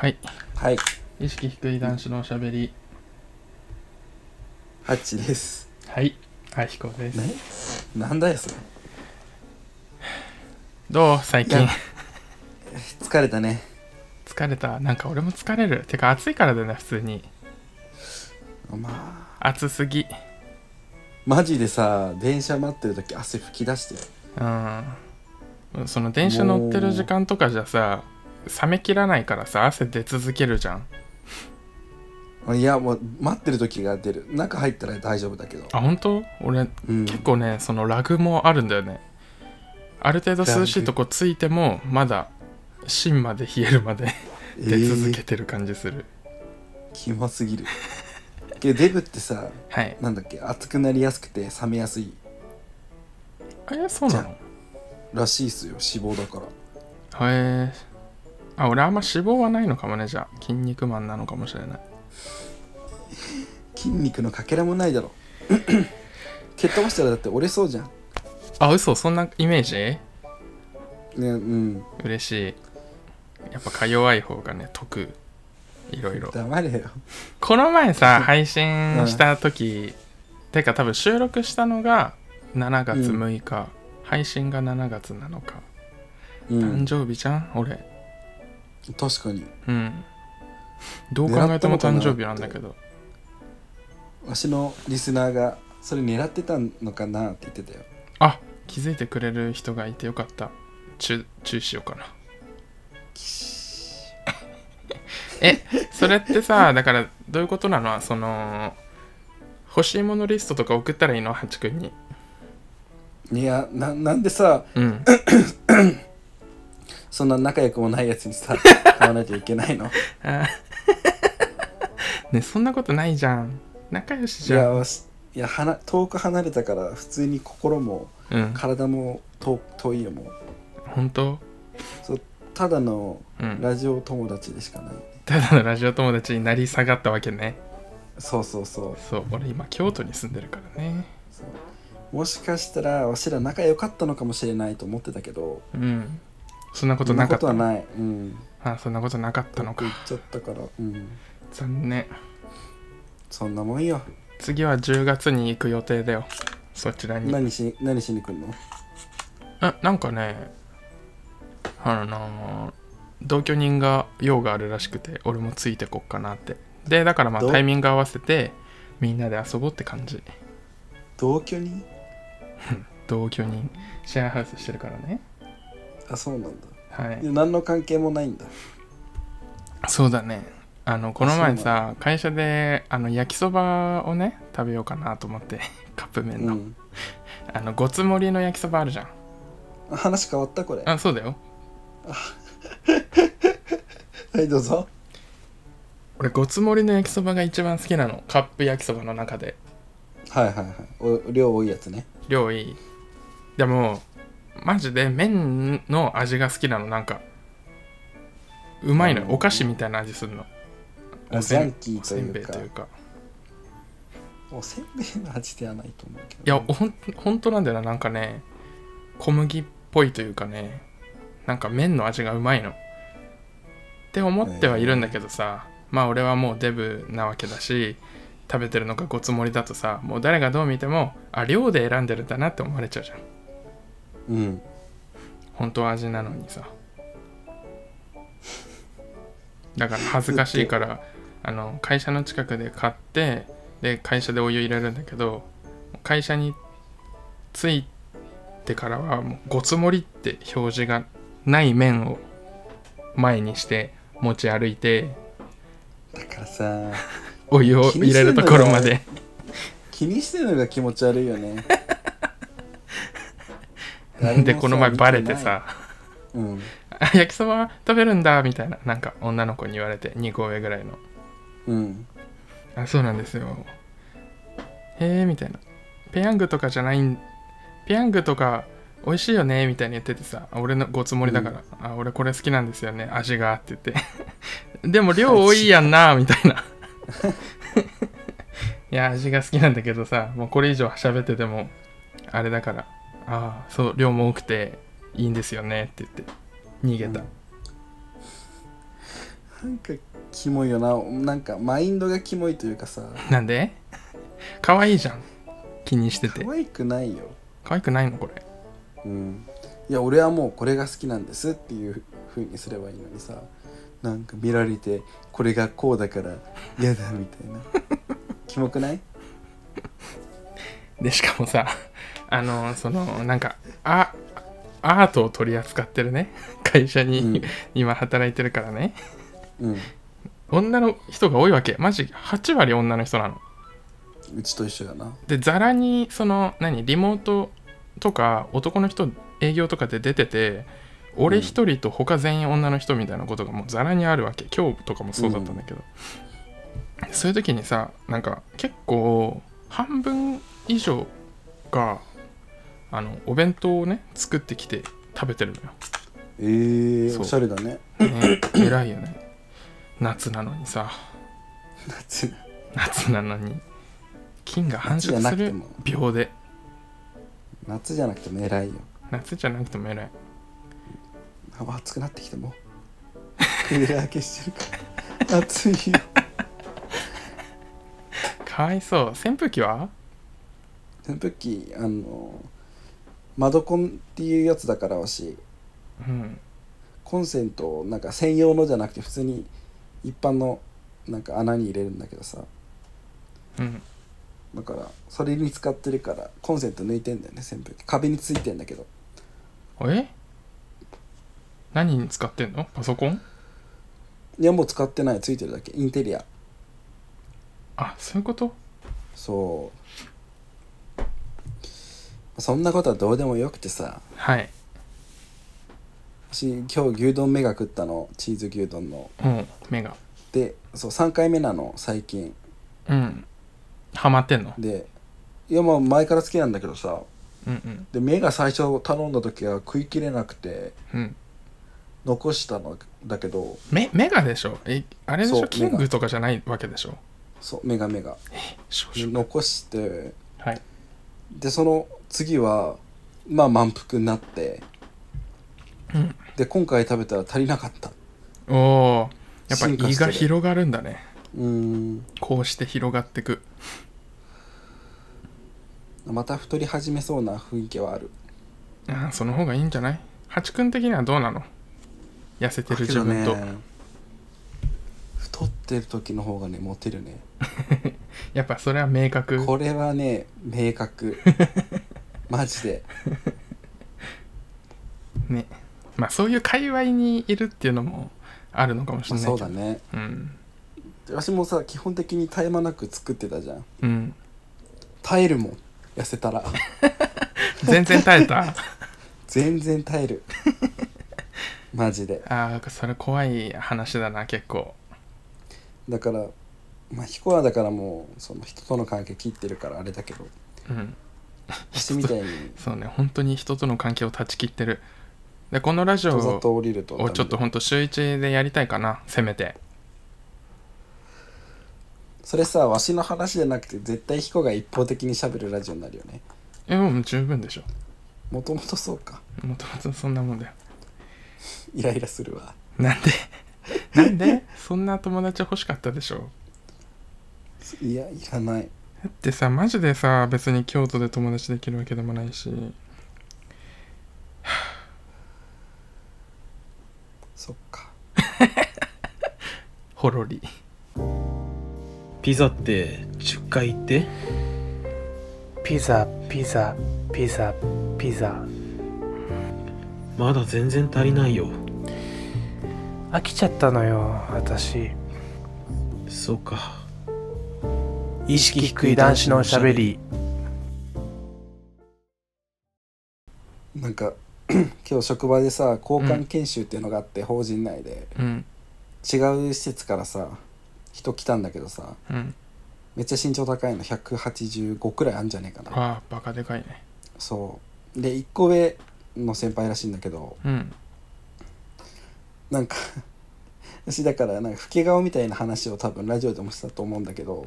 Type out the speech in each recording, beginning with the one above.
はい。 はい、 意識低い男子のおしゃべり。 ハッチです。 はい。あひこでね、 す。 なんだよそれ。 どう最近。 いや、疲れたね。 疲れた。なんか俺も疲れる。てか暑いからだよね、普通に。 まあ、 暑すぎ。 マジでさ、電車待ってる時汗吹き出してる。 うん。その電車乗ってる時も間とかじゃさ、冷めきらないからさ、汗出続けるじゃん。 いや、もう待ってる時が出る。中入ったら大丈夫だけど。 あ、本当？俺、 うん。 結構ね、そのラグもあるんだよね。ある程度涼しいとこついても、まだ芯まで冷えるまで出続けてる感じする。 キモすぎる。デブってさ、 はい。 なんだっけ、熱くなりやすくて冷めやすいじゃん。 そうなの？ らしいっすよ、脂肪だから。 へえ。あ、俺あんま脂肪はないのかもね。じゃあ筋肉マンなのかもしれない。 筋肉のかけらもないだろ。蹴っ飛ばしたらだって折れそうじゃん。 あ、嘘、そんなイメージ？ ね、うん。 嬉しい。やっぱか弱い方がね、得。いろいろ。 黙れよ。 この前さ、配信しうん。 た時、てか多分収録したのが7月うん。 6日、配信が7月7日。誕うん。 生日じゃん俺。 確かに。 うん。どう考狙えてもったのかなっ誕生日なんだけて。 ど。 わしのリスナーがそれ狙ってたのかなって言ってたよ。 あ、気づいてくれる人がいてよかった。注意しようかな。それってさ、だからどういうことなの？その欲しいものリストとか送ったらいいの？ハチ君に。 いや、なんでさ、 うん。 そんな仲良くもないやつにさ、買わなきゃいけないの？ あね、そんなことないじゃん。仲良しいや、 じゃん。 いや、遠く離れたから普通に心もうん。 体も遠いよ。もう本当？ そう、ただのうん。 ラジオ友達でしかない。 ただのラジオ友達になり下がったわけね。 そうそうそう。 そう、俺今京都に住んでるからね。 そうもしかしたらわしら仲良かったのかもしれないと思ってたけど、 うん。そんなことそんななかったの？ ことはない。うん。 あ、そんなことなかったのか。 遠く行っちゃったから。うん。 残念。 そんなもんよ。 次は10月に行く予定だよ。そちらに。 何しに来んの？ なんかね、あのー同居人が用があるらしくて、俺もついてこっかなって。で、だからまあタイミング合わせて、みんなで遊ぼうって感じ。 同居人？ 同居人。シェアハウスしてるからね。 あ、そうなんだ。 はい。 何の関係もないんだ。 そうだね。この前そうなんだ。 さ、会社で、焼きそばをね、食べようかなと思って、カップ麺の。 うん。 ごつ盛りの焼きそばあるじゃん。 話変わったこれ。 あ、そうだよ。 はい、どうぞ。 俺、ごつ盛りの焼きそばが一番好きなの。カップ焼きそばの中で。 はいはいはい。量多いやつね。 量いい。でも、マジで麺の味が好きなの。なんか、うまいのよ。お菓子みたいな味するの。 ジャンキーおせんというか、 べいというか。 おせんべいの味ではないと思うけいや、 どね。 ほんとなんだよな。なんかね、小麦っぽいというかね、なんか麺の味がうまいの。って思ってはいるんだけどさ、まあ俺はもうデブなわけだし、食べてるのがごつ盛りだとさ、もう誰がどう見ても、あ、量で選んでるんだなって思われちゃうじゃん。 うん。 本当は味なのにさ。だから恥ずかしいから、会社の近くで買って、で、会社でお湯入れるんだけど、会社に着いてからは、もうごつ盛りって表示がない麺を前にして持ち歩いて、 だからさ、 お湯を入れるところまで。 気にしてるのが気持ち悪いよね。 で、この前バレてさ、 うん。 焼きそば食べるんだみたいな、なんか女の子に言われて、2個上ぐらいの。 うん。 あ、そうなんですよ。へえみたいな。ペヤングとかじゃないん、ペヤングとか美味しいよねみたいに言っててさ、俺のごつもりだから、あ、俺これ好きなんですよね、味がって言って。でも量多いやんなみたいな。いや、味が好きなんだけどさ、もうこれ以上喋ってても、あれだから、ああ、そう、量も多くていいんですよねって言って、逃げた。 なんかキモいよな。なんかマインドがキモいというかさ。 なんで？可愛いじゃん、気にしてて。 可愛くないよ。 可愛くないのこれ？ うん。いや俺はもうこれが好きなんですっていう風にすればいいのにさ、なんか見られてこれがこうだから嫌だみたいな。キモくない？ でしかもさ、そのなんかアートを取り扱ってるね会社に、 うん今働いてるからね、 うん。 女の人が多いわけ。マジ8割女の人なの。 うちと一緒やな。 でザラにそのリモートとか男の人営業とかで出てて、俺一人と他全員女の人みたいなことがもうザラにあるわけ。今日とかもそうだったんだけど、そういう時にさ、なんか結構半分以上がお弁当をね作ってきて食べてるのよ。そうおしゃれだね。 ね、偉いよね。夏なのにさ、夏なのに菌が繁殖する秒で。 夏じゃなくても偉いよ。 夏じゃなくても偉い。 暑くなってきてもクーラー開けしてるから暑いよ。 かわいそう。扇風機は？ 扇風機窓コンっていうやつだからわし、 うん、 コンセントなんか専用のじゃなくて普通に一般のなんか穴に入れるんだけどさ、 うん、 だからそれに使ってるからコンセント抜いてんだよね。扇風機壁についてんだけど。 何に使ってんの？パソコン？ いやもう使ってない、ついてるだけ。インテリア。 あ、そういうこと？ そうそんなことはどうでもよくてさ、 はい。 私今日牛丼メガ食ったの。チーズ牛丼の。 目が。 でそう3回目なの最近。 ハマってんの？ でいやまあ前から好きなんだけどさ、で目が最初頼んだ時は食い切れなくて、残したのだけど。 メガでしょ？あれでしょ？キングとかじゃないわけでしょ？ そうメガ残して、 はい。 でその次はまあ満腹になって、で今回食べたら足りなかった。 おー、やっぱ胃が広がるんだね。こうして広がってく。 また太り始めそうな雰囲気はある。 その方がいいんじゃない？ハチ君的にはどうなの？痩せてる自分と、 太ってる時の方がねモテるね。 やっぱそれは明確。 これはね明確。マジでね。まあそういう界隈にいるっていうのもあるのかもしれないけど、 そうだね。私もさ基本的に絶え間なく作ってたじゃん。耐えるもん、痩せたら。 全然耐えた。 全然耐える。マジで。 それ怖い話だな結構。 だからまあ彦はだからもうその人との関係切ってるからあれだけど、私みたいにそうね、本当に人との関係を断ち切ってる。でこのラジオをちょっと本当週1でやりたいかな、せめて。 それさわしの話じゃなくて絶対彦が一方的に喋るラジオになるよね。 もう十分でしょ。 もともとそうか。 もともとそんなもんだよ。 イライラするわ。 なんでそんな友達欲しかったでしょ。 いやいらない。 だってさマジでさ別に京都で友達できるわけでもないし。 そっか。 ほろり。 ピザって10回言って。 ピザピザピザピザ。 まだ全然足りないよ。 飽きちゃったのよ私。 そうか。 意識低い男子のおしゃべり。 なんか今日職場でさ交換研修っていうのがあって、法人内で、違う施設からさ人来たんだけどさ、めっちゃ身長高いの。185くらいあるんじゃねえかな。 バカでかいね。 そうで1個上の先輩らしいんだけど、なんか私だからなんか老け顔みたいな話を多分ラジオでもしたと思うんだけど、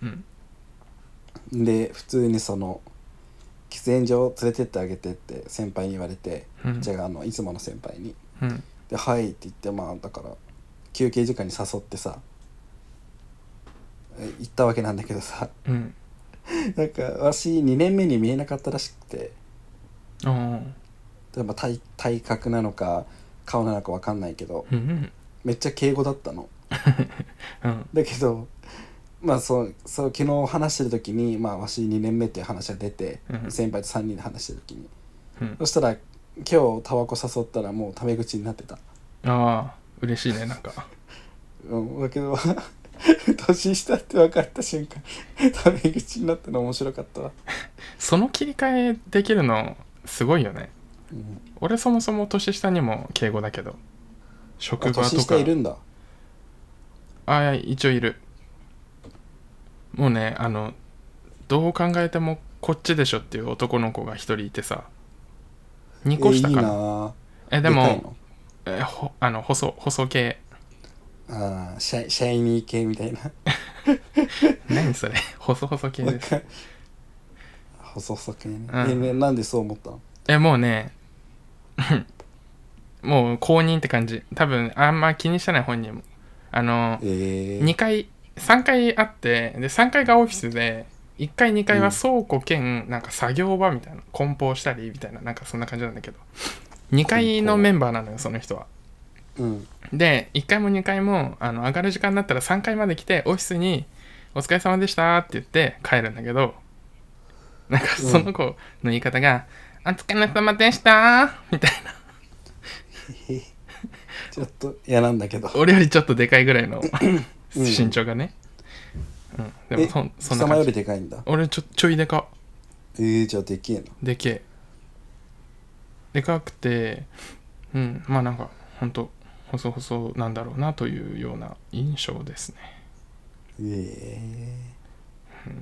で普通にその喫煙所連れてってあげてって先輩に言われて、じゃあいつもの先輩に、ではいって言って、まあだから休憩時間に誘ってさ行ったわけなんだけどさ、 うん、 なんかわし2年目に見えなかったらしくて、 うん、 例えば体格なのか顔なのか分かんないけど、 うん、 めっちゃ敬語だったの、 うん、 だけどまあそう昨日話してる時に、まあ、わし2年目っていう話が出て、 うん、 先輩と3人で話してる時に、 うん、 そしたら今日タバコ誘ったらもうタメ口になってた。 ああ嬉しいねなんかだけど年下って分かった瞬間タメ口になったの面白かったわ。 その切り替えできるのすごいよね、 うん、 俺そもそも年下にも敬語だけど職場とか年下いるんだ。 一応いる。もうねどう考えてもこっちでしょっていう男の子が一人いてさ2個下かな。 いいな。 でも細系。 シャイニー系みたいな何それ細系です。 細系ね、 うん、 なんでそう思ったの？ もうねもう公認って感じ。多分あんま気にしてない本人も2回3回あって、で3階がオフィスで1階2階は倉庫兼なんか作業場みたいな、梱包したりみたいな、なんかそんな感じなんだけど、2階のメンバーなのよその人は。 うん、 で1階も2階も上がる時間になったら3階まで来てオフィスにお疲れ様でしたって言って帰るんだけど、なんかその子の言い方が、お疲れ様でしたみたいなちょっと嫌なんだけど俺よりちょっとでかいぐらいの身長がね、うん、でもそんな貴様よりでかいんだ。 俺ちょいでか。 じゃあでけえな。 でけえ。でかくて、うん、まあなんかほんと細々なんだろうなというような印象ですね。 うん、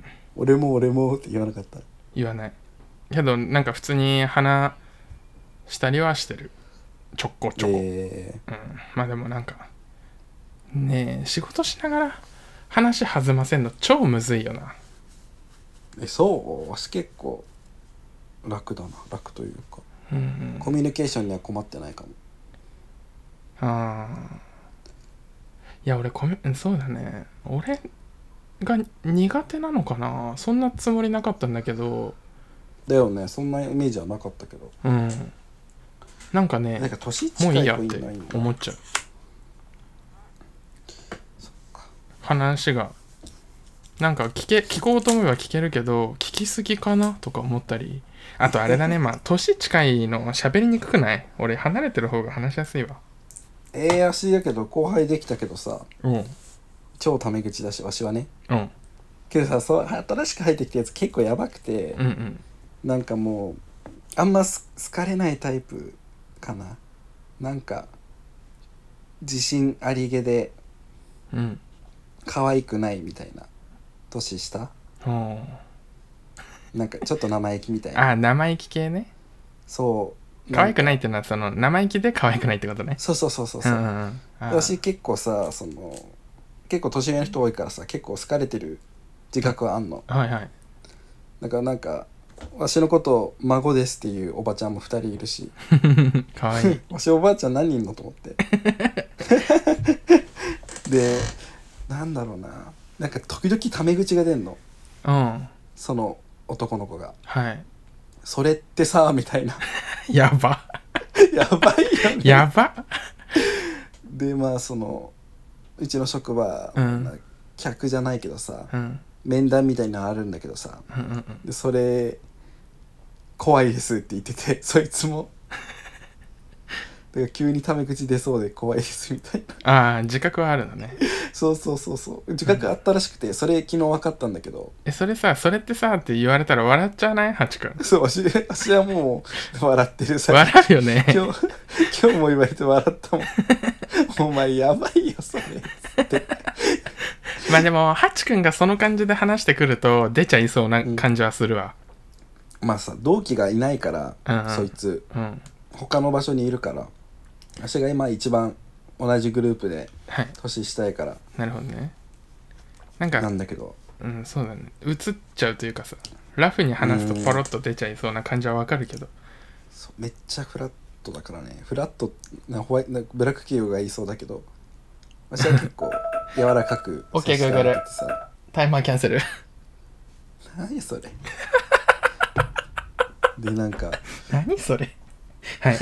俺もって言わなかった？ 言わない。けどなんか普通に話したりはしてる。ちょこ、うん、まあでもなんかねえ、仕事しながら話弾ませんの超むずいよな。 そうわし結構楽だな。楽というか、うんうん、コミュニケーションには困ってないかも。 いや俺そうだね、俺が苦手なのかな。そんなつもりなかったんだけど。 だよね、そんなイメージはなかったけど、 うん、なんかね、 なんか年近いもういいやって思っちゃう。 そっか。 話がなんか聞こうと思えば聞けるけど聞きすぎかなとか思ったり、あとあれだねまあ年近いの喋りにくくない？俺離れてる方が話しやすいわ。 足だけど後輩できたけどさ、 うん、 超タメ口だしわしはね、 うん、 けどさ、新しく入ってきたやつ結構やばくて、 うんうん、 なんかもうあんま好かれないタイプかな。なんか自信ありげで、 うん、 可愛くないみたいな。年下、なんかちょっと生意気みたいな。 生意気系ね。そう可愛くないっていうのはその生意気で可愛くないってことね。 そう、私結構さ結構年上の人多いからさ、結構好かれてる自覚はあんの。 はいはい。 だからなんかわしのこと孫ですっていうおばちゃんも2人いるしかわいいわしおばあちゃん何人いんのと思ってでなんだろうな、なんか時々タメ口が出んの、 うん、 その男の子が、 はい、 それってさみたいなやばやばいよねやばでまあうちの職場、 うん、 客じゃないけどさ、 うん、 面談みたいなのあるんだけどさ、 うんうんうん、 でそれ怖いですって言ってて、そいつもだから急にタメ口出そうで怖いですみたいな。自覚はあるのね。 そう自覚あったらしくて、それ昨日分かったんだけど、 それってさって言われたら笑っちゃわない？ハチ君。 そう、わしはもう笑ってるさ。 笑うよね。 今日も言われて笑ったもんお前やばいよそれってまあでもハチ君がその感じで話してくると出ちゃいそうな感じはするわ、 まあさ、同期がいないから、うんうん、そいつ、うん、他の場所にいるから、私が今一番同じグループで年下やから、 なるほどね。なんだけど、 うん、そうだね、映っちゃうというかさ、ラフに話すとポロッと出ちゃいそうな感じはわかるけど、 めっちゃフラットだからね。フラットなブラック企業が言いそうだけど、 私は結構柔らかく OK させてあげててさタイマーキャンセル。 何それでなんか何それ。はい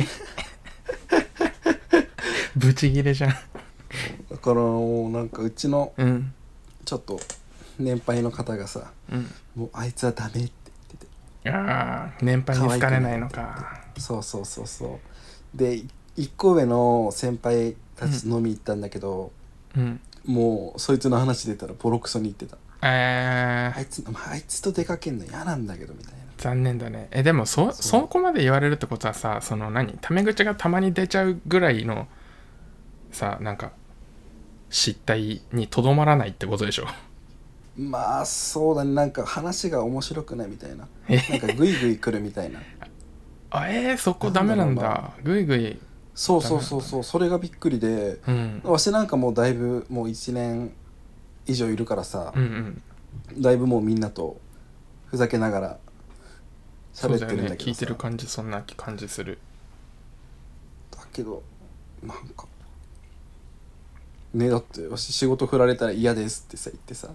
ブチギレじゃん。 だからもうなんかうちのうんちょっと年配の方がさ、 うんもうあいつはダメって言ってて、 ああ年配に好かれないのか。 そうそうそうそうで一個上の先輩たちと飲み行ったんだけど、 うんもうそいつの話出たらボロクソに言ってた。あいつと出かけんの嫌なんだけどみたいな。 残念だね。でもそこまで言われるってことはさ、そのタメ口がたまに出ちゃうぐらいのさ、なんか失態にとどまらないってことでしょ。 まあそうだね、なんか話が面白くないみたいな、なんかグイグイ来るみたいなそこダメなんだ。グイグイ。 そうそうそうそう、それがびっくりで、わしなんかもうだいぶもう1年以上いるからさ、だいぶもうみんなとふざけながら喋ってるんだけどさ、 そうだよね、聞いてる感じそんな感じする。 だけどなんかね、だってわし仕事振られたら嫌ですってさ言ってさ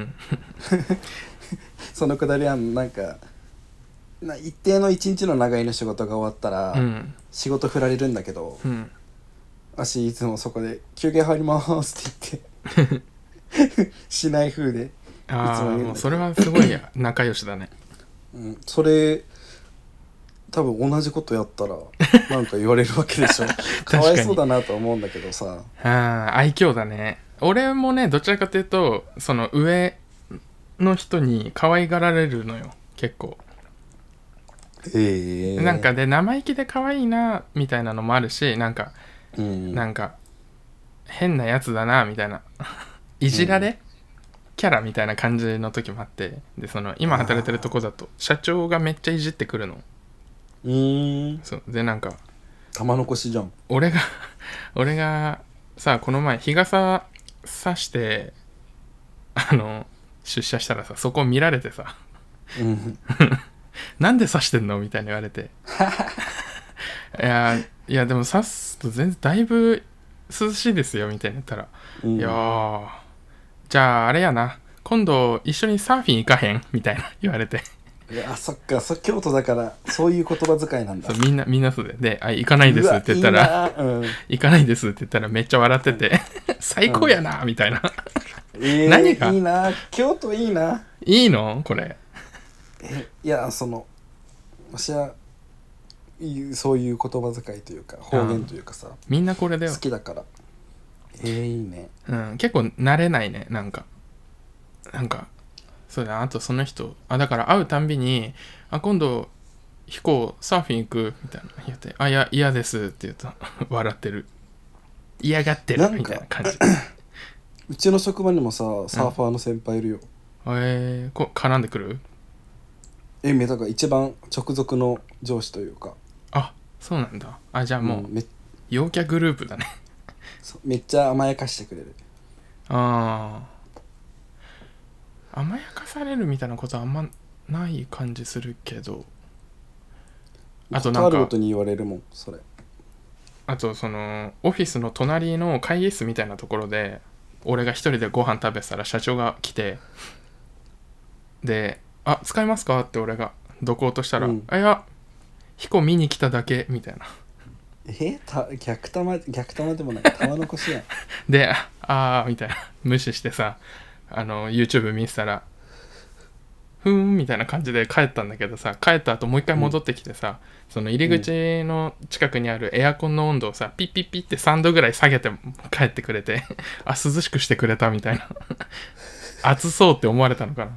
そのくだりはなんか一定の一日の長いの仕事が終わったら、仕事振られるんだけど、わしいつもそこで休憩入りますって言ってしない風でいつも言うんだけど、 それはすごい仲良しだね。 それ多分同じことやったらなんか言われるわけでしょかわいそうだなと思うんだけどさ愛嬌だね。俺もねどちらかというとその上の人に可愛がられるのよ結構。なんかで生意気で可愛いなみたいなのもあるし、なんか変なやつだなみたいないじられ、キャラみたいな感じの時もあって、でその今働いてるとこだと社長がめっちゃいじってくるの。そうでなんか玉残しじゃん。 俺がさこの前日傘さして出社したらさ、そこを見られてさなんで刺してんのみたいに言われていやでも刺すと全然だいぶ涼しいですよみたいに言ったら、いやーじゃああれやな、今度一緒にサーフィン行かへんみたいな言われて、 いやそっか、京都だからそういう言葉遣いなんだ。 そうみんなそうで行かないですって言ったら行かないですって言ったらめっちゃ笑ってて、最高やなみたいな、何がいいな、京都いいな。 いいのこれ。 いや私はそういう言葉遣いというか方言というかさ、 みんなこれだよ。 好きだから。いいね。 結構慣れないね。なんかそうだ。あとその人だから会うたんびに今度飛行サーフィン行くみたいな言って、いや嫌ですって言うと笑ってる、嫌がってるみたいな感じうちの職場にもさサーファーの先輩いるよ。 絡んでくる？ だから一番直属の上司というか。 そうなんだ。じゃあもう、陽キャグループだねめっちゃ甘やかしてくれる。 甘やかされるみたいなことはあんまない感じするけど、あとなんかあるごとに言われるもんそれ。 あとそのオフィスの隣の会議室みたいなところで俺が一人でご飯食べてたら社長が来て、で使いますかって俺がどこうとしたら、いや彦見に来ただけみたいな。 逆玉でもない玉残しやんでみたいな無視してさYouTube 見てたらふーんみたいな感じで帰ったんだけどさ、帰った後もう一回戻ってきてさ、その入り口の近くにあるエアコンの温度をさピッピッピッって3度ぐらい下げて帰ってくれて涼しくしてくれたみたいな暑そうって思われたのかな。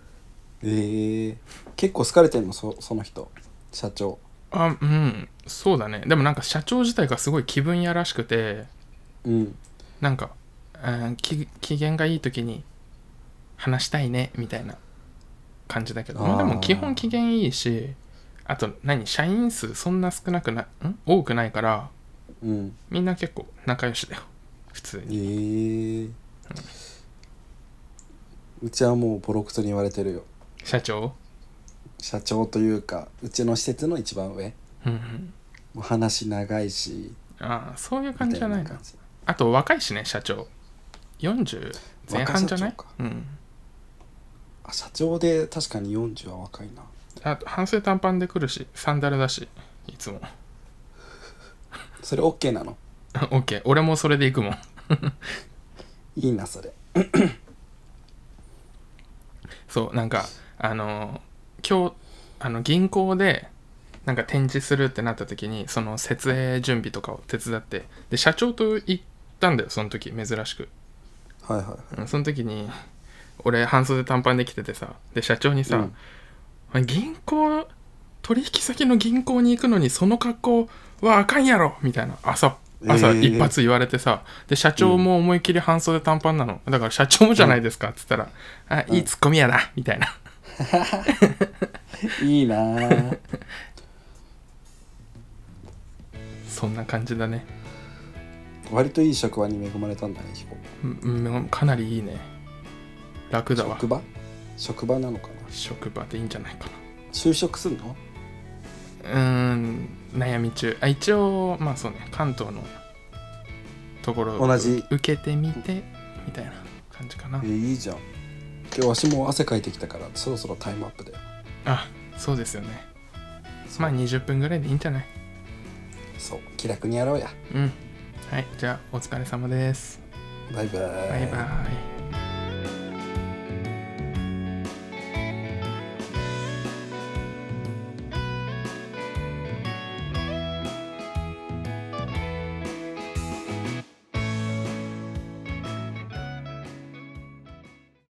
結構好かれてんのその人社長。 そうだね。でもなんか社長自体がすごい気分屋らしくて、なんか、機嫌がいい時に話したいねみたいな感じだけど、でも基本機嫌いいし、あと社員数そんな多くないから、みんな結構仲良しだよ普通に。 うちはもうボロクソに言われてるよ。社長というかうちの施設の一番上、もう話長いし。 そういう感じじゃないな。あと若いしね社長。 40前半じゃない？うん。 あ、社長で確かに40は若いな。 あと半袖短パンで来るし、サンダルだし、いつも。 それ OK なの？ OK。俺もそれで行くもん。 いいな、それ。 そう、なんか、今日、銀行で、なんか展示するってなった時に、その設営準備とかを手伝って、で、社長と行ったんだよ、その時、珍しく。 はいはい。 その時に、俺、半袖短パンで来ててさ、で、社長にさ、銀行、取引先の銀行に行くのに、その格好はあかんやろみたいな、朝一発言われてさ、で、社長も思いっきり半袖短パンなの。だから社長もじゃないですかって言ったら、あ、いいツッコミやな、みたいな。 いいなそんな感じだね。 割といい職場に恵まれたんだね、ヒコ。 かなりいいね。楽だわ。 職場なのかな。 職場でいいんじゃないかな。 就職すんの？ 悩み中。一応まあそうね、関東のところを同じ受けてみてみたいな感じかな。 いいじゃん。今日わしも汗かいてきたからそろそろタイムアップだよ。 あ、そうですよね。まあ20分ぐらいでいいんじゃない？ そう、気楽にやろうや。 うん。はい、じゃあお疲れ様です。 バイバイ。 バイバイ。